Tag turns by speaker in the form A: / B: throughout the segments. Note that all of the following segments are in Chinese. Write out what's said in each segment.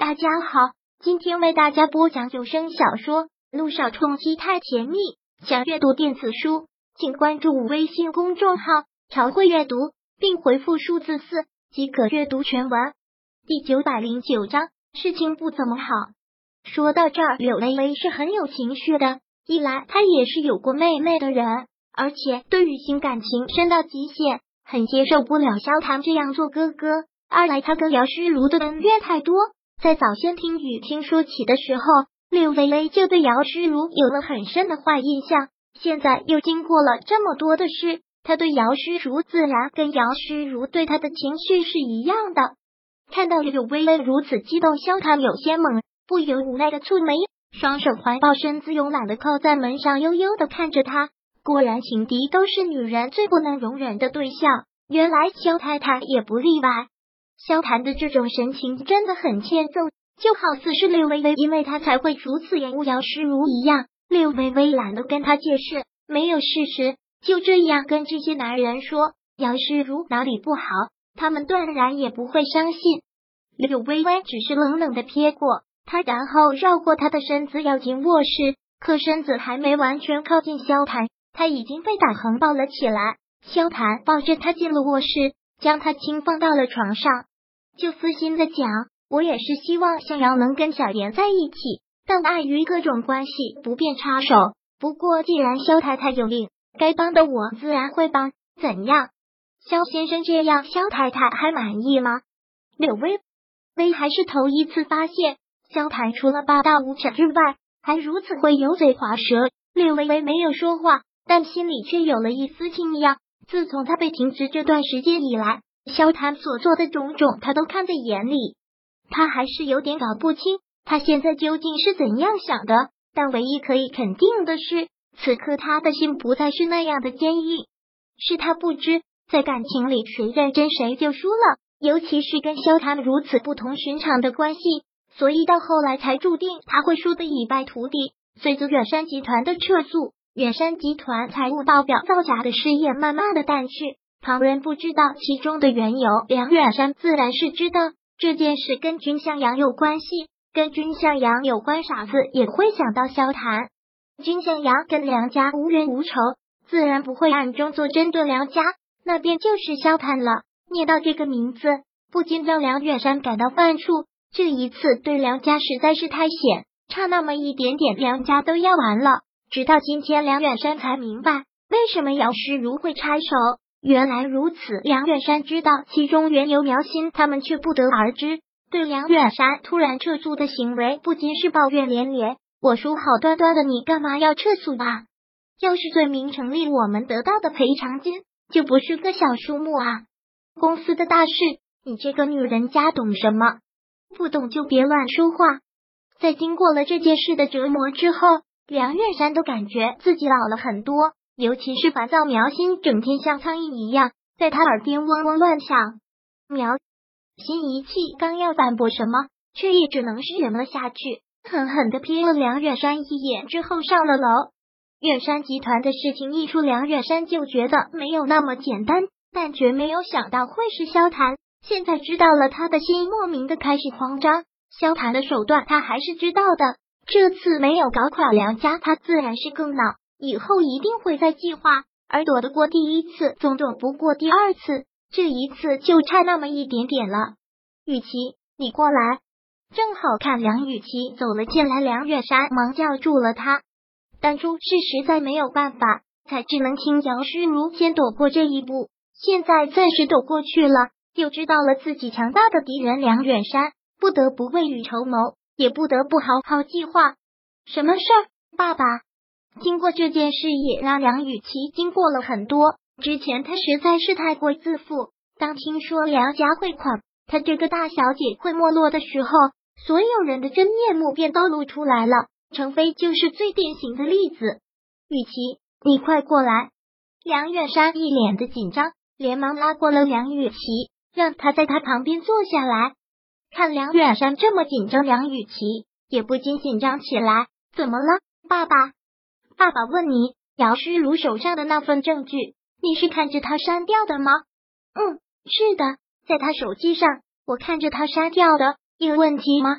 A: 大家好，今天为大家播讲有声小说《路上冲击太甜蜜》。想阅读电子书，请关注微信公众号朝会阅读，并回复数字4即可阅读全文。第909章，事情不怎么好。说到这儿，柳微微是很有情绪的。一来她也是有过妹妹的人，而且对于性感情深到极限，很接受不了萧谈这样做哥哥。二来她跟姚诗如的恩怨太多，在早先听雨听说起的时候，柳微微就对姚诗如有了很深的坏印象。现在又经过了这么多的事，她对姚诗如自然跟姚诗如对她的情绪是一样的。看到柳微微如此激动，萧谈有些懵，不由无奈的蹙眉，双手环抱身子，慵懒的靠在门上，悠悠的看着他。果然情敌都是女人最不能容忍的对象，原来萧太太也不例外。萧谈的这种神情真的很欠揍，就好似是柳微微因为他才会如此厌恶姚诗如一样。柳微微懒得跟他解释，没有事实，就这样跟这些男人说姚诗如哪里不好，他们断然也不会相信。柳微微只是冷冷的瞥过他，然后绕过他的身子要进卧室，可身子还没完全靠近萧谈，他已经被打横抱了起来。萧谈抱着他进了卧室，将他轻放到了床上。就私心的讲，我也是希望向阳能跟小妍在一起，但碍于各种关系不便插手。不过既然萧太太有令，该帮的我自然会帮。怎样，萧先生这样萧太太还满意吗？柳微微还是头一次发现萧谈除了霸道无耻之外，还如此会油嘴滑舌。柳微微没有说话，但心里却有了一丝惊讶。自从他被停职这段时间以来，萧谈所做的种种他都看在眼里，他还是有点搞不清他现在究竟是怎样想的。但唯一可以肯定的是，此刻他的心不再是那样的坚硬。是他不知在感情里谁认真谁就输了，尤其是跟萧谈如此不同寻常的关系，所以到后来才注定他会输得一败涂地。随着远山集团的撤诉，远山集团财务报表造假的事业慢慢的淡去，旁人不知道其中的缘由，梁远山自然是知道。这件事跟君向阳有关系，跟君向阳有关，傻子也会想到萧谈。君向阳跟梁家无冤无仇，自然不会暗中做针对梁家，那便就是萧谈了。念到这个名字，不禁让梁远山感到犯怵。这一次对梁家实在是太险，差那么一点点，梁家都要完了。直到今天，梁远山才明白为什么姚诗如会拆手。原来如此，梁远山知道其中缘由，苗心他们却不得而知。对梁远山突然撤诉的行为，不禁是抱怨连连。我说好端端的，你干嘛要撤诉啊？要是罪名成立，我们得到的赔偿金就不是个小数目啊！公司的大事，你这个女人家懂什么？不懂就别乱说话。在经过了这件事的折磨之后，梁远山都感觉自己老了很多，尤其是烦躁苗心整天像苍蝇一样在他耳边嗡嗡乱响。苗心一气刚要反驳什么，却也只能是忍了下去，狠狠地瞥了梁远山一眼之后上了楼。远山集团的事情一出，梁远山就觉得没有那么简单，但绝没有想到会是萧谈。现在知道了，他的心莫名的开始慌张。萧谈的手段他还是知道的，这次没有搞垮梁家，他自然是更恼，以后一定会再计划，而躲得过第一次，总躲不过第二次，这一次就差那么一点点了。雨琦，你过来。正好看梁雨琦走了进来，梁远山忙叫住了他。当初是实在没有办法，才只能听姚诗如先躲过这一步，现在暂时躲过去了，又知道了自己强大的敌人梁远山，不得不未雨绸缪，也不得不好好计划。什么事儿，爸爸？经过这件事也让梁雨琦经过了很多，之前他实在是太过自负，当听说梁家会垮，他这个大小姐会没落的时候，所有人的真面目便都露出来了。程飞就是最典型的例子。雨琦，你快过来。梁远山一脸的紧张，连忙拉过了梁雨琦，让他在他旁边坐下来。看梁远山这么紧张，梁雨琦也不禁紧张起来。怎么了，爸爸？爸爸问你，姚诗如手上的那份证据，你是看着他删掉的吗？是的，在他手机上，我看着他删掉的，有问题吗？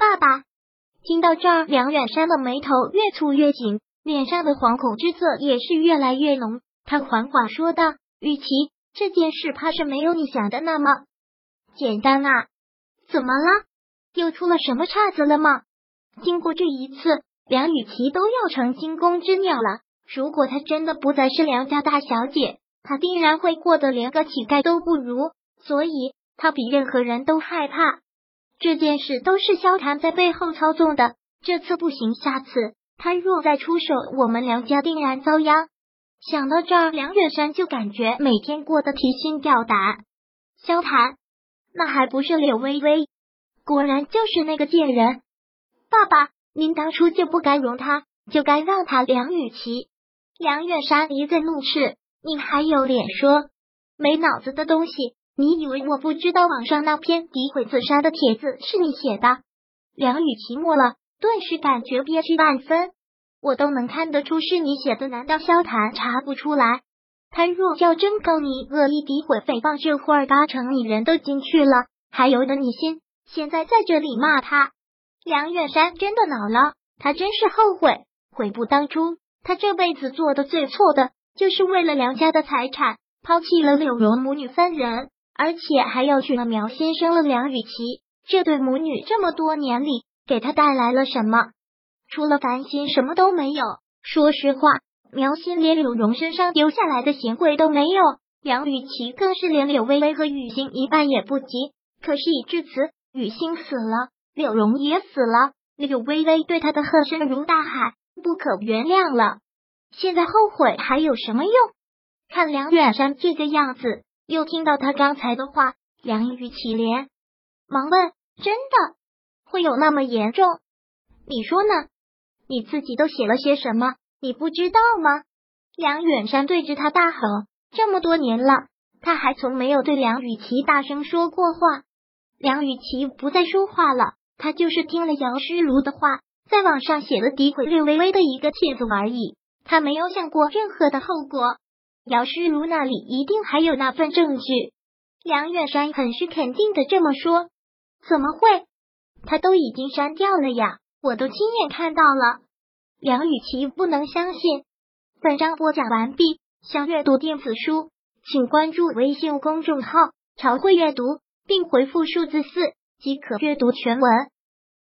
A: 爸爸。听到这儿，梁远山的眉头越蹙越紧，脸上的惶恐之色也是越来越浓。他缓缓说道：“雨琦，这件事怕是没有你想的那么简单啊。怎么了？又出了什么岔子了吗？”经过这一次，梁雨琦都要成惊弓之鸟了。如果她真的不再是梁家大小姐，她必然会过得连个乞丐都不如。所以她比任何人都害怕。这件事都是萧谈在背后操纵的，这次不行，下次他若再出手，我们梁家定然遭殃。想到这儿，梁远山就感觉每天过得提心吊胆。萧谈，那还不是柳微微？果然就是那个贱人。爸爸，您当初就不该容他，就该让他。梁雨琦，梁远山一个怒斥：“你还有脸说？没脑子的东西！你以为我不知道网上那篇诋毁自杀的帖子是你写的？”梁雨琦默了，顿时感觉憋屈万分。我都能看得出是你写的，难道萧谈查不出来？他若要真告你恶意诋毁诽谤，这会儿八成你人都进去了，还由得你信？现在在这里骂他？梁远山真的恼了，他真是后悔，悔不当初。他这辈子做的最错的，就是为了梁家的财产，抛弃了柳荣母女三人，而且还要娶了苗先生了梁雨琦。这对母女这么多年里，给他带来了什么？除了烦心，什么都没有。说实话，苗心连柳荣身上留下来的贤惠都没有，梁雨琦更是连柳微微和雨欣一半也不及。可事已至此，雨欣死了，柳荣也死了，柳微微对他的恨深如大海，不可原谅了。现在后悔还有什么用？看梁远山这个样子，又听到他刚才的话，梁雨琦连忙问：“真的会有那么严重？你说呢？你自己都写了些什么？你不知道吗？”梁远山对着他大吼：“这么多年了，他还从没有对梁雨琦大声说过话。”梁雨琦不再说话了，他就是听了姚诗如的话，在网上写了诋毁柳微微的一个帖子而已，他没有想过任何的后果。姚诗如那里一定还有那份证据。梁远山很是肯定的这么说：“怎么会？他都已经删掉了呀，我都亲眼看到了。”梁雨琦不能相信。本章播讲完毕，想阅读电子书，请关注微信公众号“朝会阅读”，并回复数字4即可阅读全文。